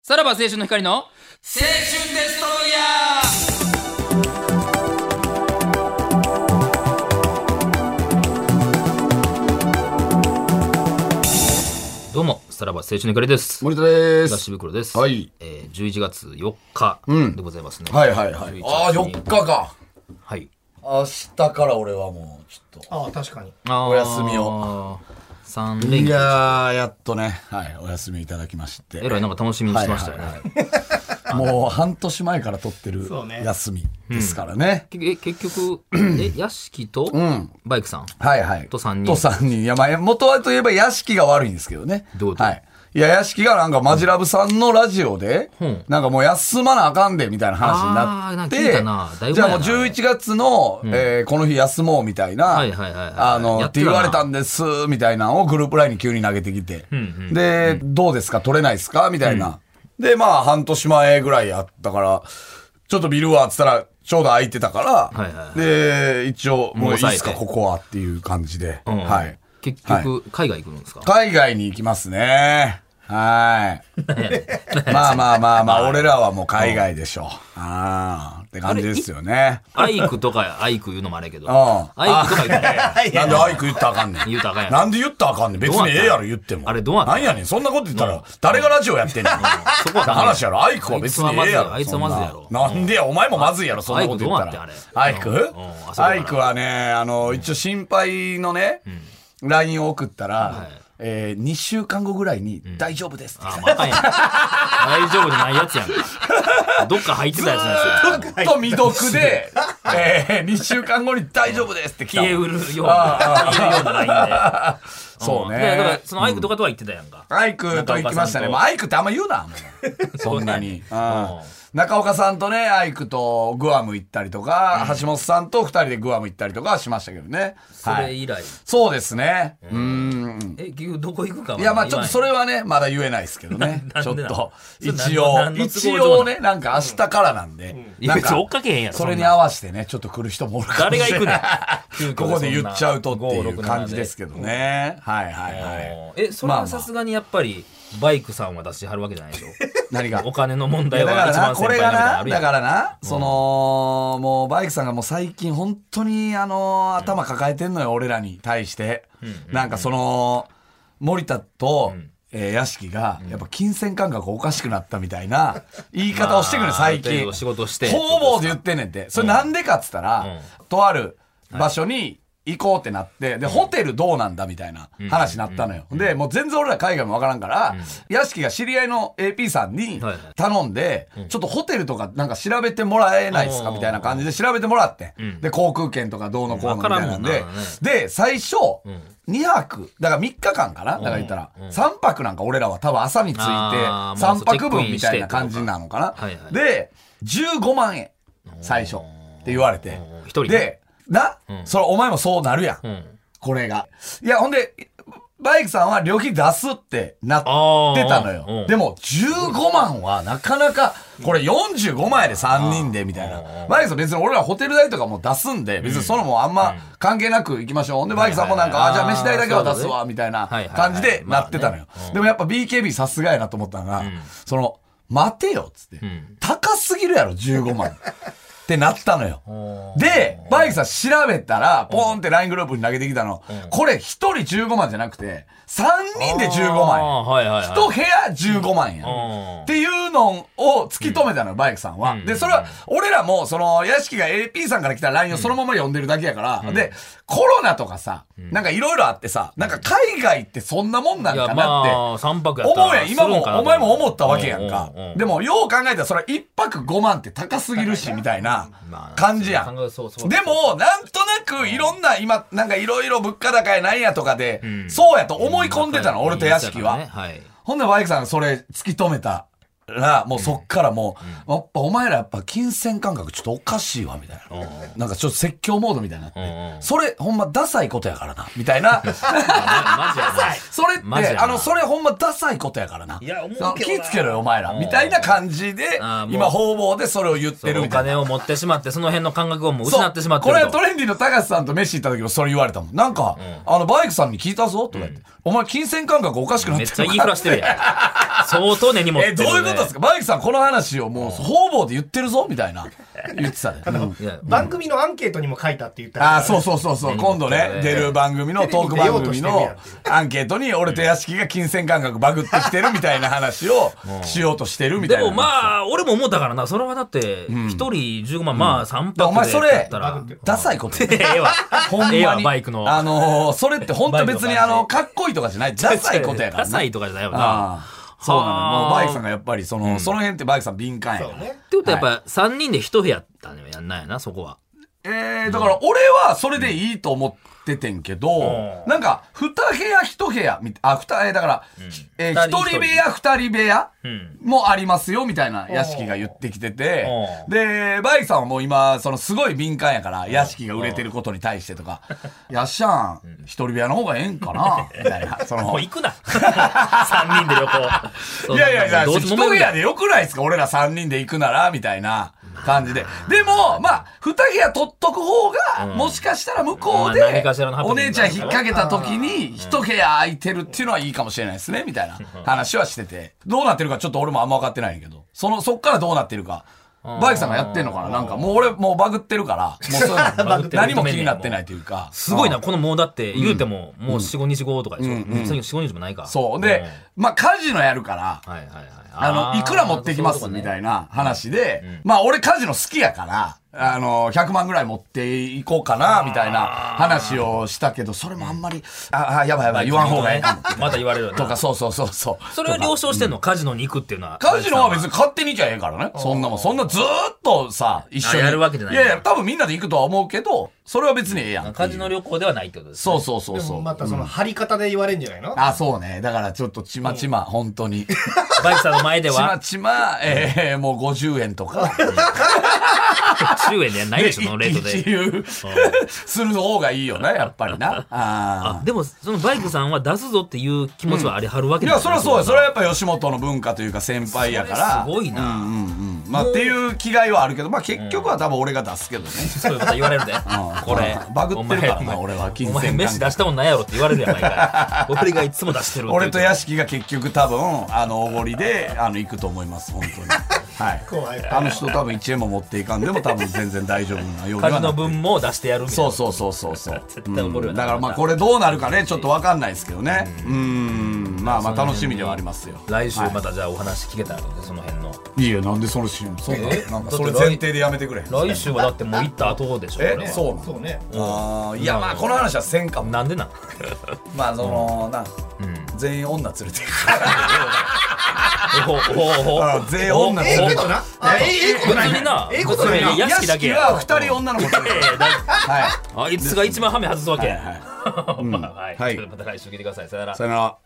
さらば青春の光の青春デストロイヤー。どうもさらば青春の光です。 森田です。 東袋です。 はい。 11月4日でございますね。 はいはいはい。ああ4日か。 はい。 明日から俺はもうちょっと。 ああ確かに。 お休みを。 3連休。 いややっとね、はい、お休みいただきまして。 えらいなんか楽しみにしてましたよね。 もう半年前から取ってる休みですからね。 結局屋敷とバイクさんはいはいと3人と3人。いやまあ元はといえば屋敷が悪いんですけどね。 どういうこと？ はい。いや屋敷がなんかマジラブさんのラジオでなんかもう休まなあかんでみたいな話になって、じゃあもう11月のこの日休もうみたいなって言われたんですみたいなのをグループラインに急に投げてきて、でどうですか取れないですかみたいな。でまあ半年前ぐらいやったからちょっと見るわっつったらちょうど空いてたから、で一応もういいですかここはっていう感じで、はい。 結局海外行くんですか？ 海外に行きますね。はい。まあまあまあまあ、俺らはもう海外でしょ。ああ、って感じですよね。 アイクとかアイク言うのもあれやけど。 アイクとか言ったらなんでアイク言ったらあかんねん。 言うたらあかんやん。 なんで言ったらあかんねん。別にええやろ言っても。 あれどうなった？ なんやねん。そんなこと言ったら、誰がラジオやってんねん。そこは話やろ。アイクは別にええやろ。 あいつはまずいやろ。 なんでや、お前もまずいやろ。そんなこと言ったら。アイクはね、一応心配のね、LINE を送ったら、2週間後ぐらいに大丈夫ですって大丈夫じゃないやつやんか。どっか入ってたやつなんですよ。ずっと未読で、2週間後に大丈夫ですって来た。 消えうるようなラインで。 そうね。 だからそのアイクとかとは言ってたやんか。 アイクと行きましたね。アイクってあんま言うな。そんなに。中岡さんとね、アイクとグアム行ったりとか、橋本さんと2人でグアム行ったりとかしましたけどね。 それ以来。 そうですね。 結局どこ行くかは。 いや、まあちょっとそれはね、まだ言えないですけどね。ちょっと。一応ね、なんか明日からなんで。 別に追っかけへんやろ。 それに合わせてね、ちょっと来る人もおるかもしれない。 誰が行くねん。 ここで言っちゃうとっていう感じですけどね。はいはいはい。 それはさすがにやっぱり、バイクさんは出しはるわけじゃないでしょ。 何がお金の問題は一番先輩のみたいなのあるやん。 だからな、もうバイクさんがもう最近本当に頭抱えてんのよ、俺らに対して。なんか森田と、屋敷が、やっぱ金銭感覚おかしくなったみたいな言い方をしてくる最近。 仕事して。 方々で言ってんねんて。それなんでかっつったら、とある場所に、行こうってなって、で、ホテルどうなんだみたいな話になったのよ。で、もう全然俺ら海外もわからんから、屋敷が知り合いの AP さんに頼んで、ちょっとホテルとかなんか調べてもらえないですかみたいな感じで調べてもらって。で、航空券とかどうのこうのみたいなんで。で、最初、2泊、だから3日間かなだから言ったら、3泊なんか俺らは多分朝に着いて、3泊分みたいな感じなのかな。で、15万円、最初って言われて。で、それお前もそうなるやん。これが。いや、ほんで、バイクさんは旅費出すってなってたのよ。でも、15万はなかなか、これ45万円で3人でみたいな。バイクさん別に俺らホテル代とかも出すんで、別にそのもあんま関係なく行きましょう。ほんで、バイクさんもなんか、じゃあ飯代だけは出すわ、みたいな感じでなってたのよ。でもやっぱ BKB さすがやなと思ったのが、待てよ、つって。高すぎるやろ、15万。ってなったのよ。で、バイクさん調べたら、ポーンって LINE グループに投げてきたの。これ1人15万じゃなくて、3人で15万円。1部屋15万円。っていうのを突き止めたのよ、バイクさんは。で、それは、俺らも、屋敷が AP さんから来た LINE をそのまま読んでるだけやから、で、コロナとかさ、なんかいろいろあってさ、なんか海外ってそんなもんなんかなって、思うやん。今も、お前も思ったわけやんか。でも、よう考えたら、それ1泊5万って高すぎるし、みたいな。感じやん。でも、なんとなくいろんな、今、なんかいろいろ物価高やなんやとかで、そうやと思い込んでたの、俺と屋敷は。ほんで、バイクさんがそれ突き止めたら、もうそっからもう、やっぱお前らやっぱ金銭感覚ちょっとおかしいわ、みたいな。なんかちょっと説教モードみたいになって。それ、ほんまダサいことやからな、みたいな。それって、それほんまダサいことやからな。気ぃつけろよ、お前ら。みたいな感じで、今方々でそれを言ってるみたいな。 お金を持ってしまって、その辺の感覚をもう失ってしまってる。 これトレンディの高橋さんと飯行った時もそれ言われたもん。なんか、バイクさんに聞いたぞとか言って。お前金銭感覚おかしくなってるめっちゃ言いふらしてるやん。相当根に持ってる。 どういうこことですかバイクさんこの話をもう方々で言ってるぞみたいな言ってたね。 番組のアンケートにも書いたって言ったら。 あ、そう今度ね出る番組のトーク番組のアンケートに俺と屋敷が金銭感覚バグってきてるみたいな話をしようとしてるみたいな。 でもまあ俺も思ったからな。それはだって1人15万まあ3泊お前それらダサいことええわほんまにバイクのそれって本当別にかっこいいとかじゃないダサいことやからダサいとかじゃないよな。 そうなの。もうバイクさんがやっぱりその辺ってバイクさん敏感やから。 ってことはやっぱ3人で1部屋だねやんないやなそこは。 だから俺はそれでいいと思っててんけど、なんか2部屋1部屋だから1人部屋2人部屋もありますよみたいな屋敷が言ってきてて、でバイクさんはもう今すごい敏感やから屋敷が売れてることに対してとか、やっしゃん1人部屋の方がええんかなみたいな。 もう行くな3人で旅行。 いや1部屋でよくないですか俺ら3人で行くならみたいな感じで。でもまあ2部屋取っとく方がもしかしたら向こうでお姉ちゃん引っ掛けた時に1部屋空いてるっていうのはいいかもしれないですねみたいな話はしてて、どうなってるかちょっと俺もあんま分かってないんやけど、そっからどうなってるかバイクさんがやってんのかな。なんかもう俺もうバグってるからもうそういうの何も気になってないというか。 すごいなこのもうだって言うてももう 4,5 日後とかでしょ。4,5 日もないか。 そうでまあカジノやるからいくら持ってきますみたいな話で、まあ俺カジノ好きやから100万ぐらい持っていこうかなみたいな話をしたけど、それもあんまりやばい言わん方がいいかもまた言われるとか。そうそれは了承してんのカジノに行くっていうのは。 カジノは別に勝手に行きゃええからね。そんなずーっとさ一緒にやるわけじゃない。 いや多分みんなで行くとは思うけどそれは別にええやん。 カジノ旅行ではないってことですね。 そうでもまた張り方で言われんじゃないの。 そうね。だからちょっとちまちま本当にバイクさんの前ではちまもう50円とか 10円でやんないでしょそのレートで一流する方がいいよねやっぱりな。 でもそのバイクさんは出すぞっていう気持ちはあれはるわけいやそれはそうや。それはやっぱ吉本の文化というか先輩やからすごいな。 まあっていう気概はあるけど、まあ結局は多分俺が出すけどね。 そういうこと言われるでこれバグってるからな俺は金銭感覚。 お前飯出したもんないやろって言われるやん毎回。俺がいつも出してる俺と屋敷が結局多分おごりで行くと思います本当に。はい。人多分1円も持っていかんでも多分全然大丈夫なようにはなってる。 カジノ分も出してやるみたいな。 そう絶対怒るよな。 だからまあこれどうなるかねちょっと分かんないですけどね。まあ楽しみではありますよ。 来週またじゃあお話聞けたらその辺の。 いいよなんでそのシーンなんかそれ前提でやめてくれ。 来週はだってもう行った後でしょ。 そうね。いやまあこの話はせんかも。 なんでなん。 まあ全員女連れていく。全員女連れていく。 ええことないな。屋敷だけや。 屋敷は2人女の子連れていく。 あいつが一番ハメ外すわけ。はい。 はい。 また来週聞いてください。さよなら。 さよなら。